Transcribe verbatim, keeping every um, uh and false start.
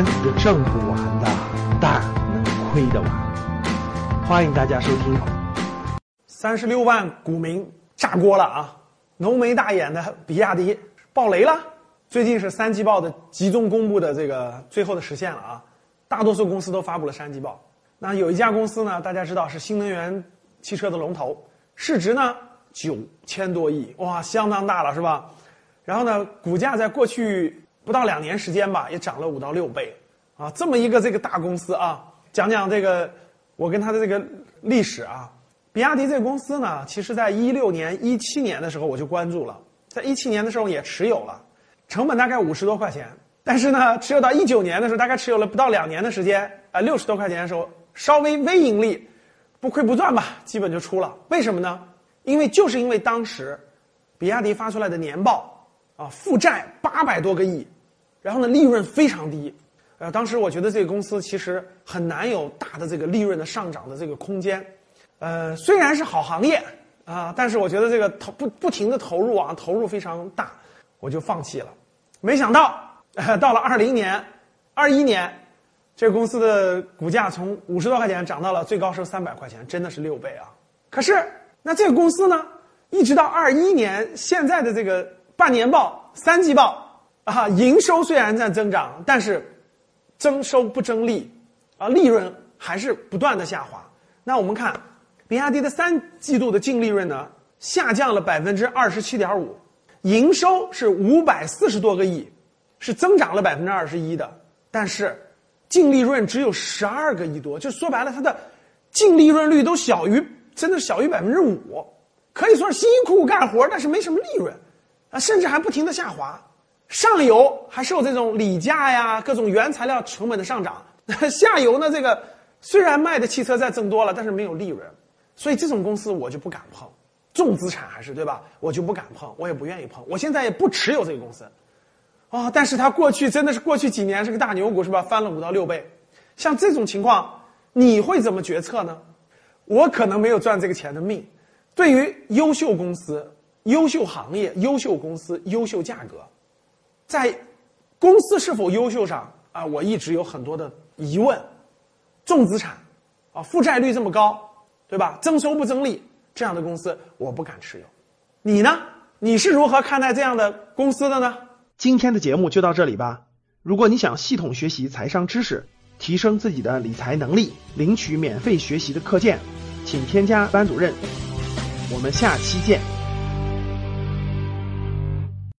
钱也挣不完的，但能亏得完。欢迎大家收听。三十六万股民炸锅了啊！浓眉大眼的比亚迪爆雷了。最近是三季报的集中公布的这个最后的实现了啊！大多数公司都发布了三季报。那有一家公司呢，大家知道是新能源汽车的龙头，市值呢九千多亿，哇，相当大了是吧？然后呢，股价在过去不到两年时间吧，也涨了五到六倍啊！这么一个这个大公司啊，讲讲这个我跟它的这个历史啊。比亚迪这个公司呢，其实在一六年、一七年的时候我就关注了，在一七年的时候也持有了，成本大概五十多块钱。但是呢，持有到一九年的时候，大概持有了不到两年的时间，啊，六十多块钱的时候，稍微微盈利，不亏不赚吧，基本就出了。为什么呢？因为就是因为当时，比亚迪发出来的年报啊，负债八百多个亿，然后呢，利润非常低。呃，当时我觉得这个公司其实很难有大的这个利润的上涨的这个空间。呃，虽然是好行业啊，但是我觉得这个投不不停的投入啊，投入非常大，我就放弃了。没想到，呃、到了二零年、二一年，这个公司的股价从五十多块钱涨到了最高是三百块钱，真的是六倍啊！可是，那这个公司呢，一直到二一年现在的这个半年报、三季报啊，营收虽然在增长，但是增收不增利啊，利润还是不断的下滑。那我们看。比亚迪的三季度的净利润呢，下降了百分之二十七点五，营收是五百四十多个亿，是增长了百分之二十一的，但是净利润只有十二个亿多，就说白了，它的净利润率都小于，真的小于百分之五，可以说是辛苦干活，但是没什么利润，啊，甚至还不停的下滑，上游还受这种锂价呀、各种原材料成本的上涨，下游呢，这个虽然卖的汽车在增多了，但是没有利润。所以这种公司我就不敢碰，重资产还是对吧？我就不敢碰，我也不愿意碰。我现在也不持有这个公司，啊、哦，但是它过去真的是过去几年是个大牛股是吧？翻了五到六倍，像这种情况，你会怎么决策呢？我可能没有赚这个钱的命。对于优秀公司、优秀行业、优秀公司、优秀价格，在公司是否优秀上啊，我一直有很多的疑问。重资产，啊，负债率这么高。对吧？增收不增利，这样的公司我不敢持有。你呢？你是如何看待这样的公司的呢？今天的节目就到这里吧。如果你想系统学习财商知识，提升自己的理财能力，领取免费学习的课件，请添加班主任。我们下期见。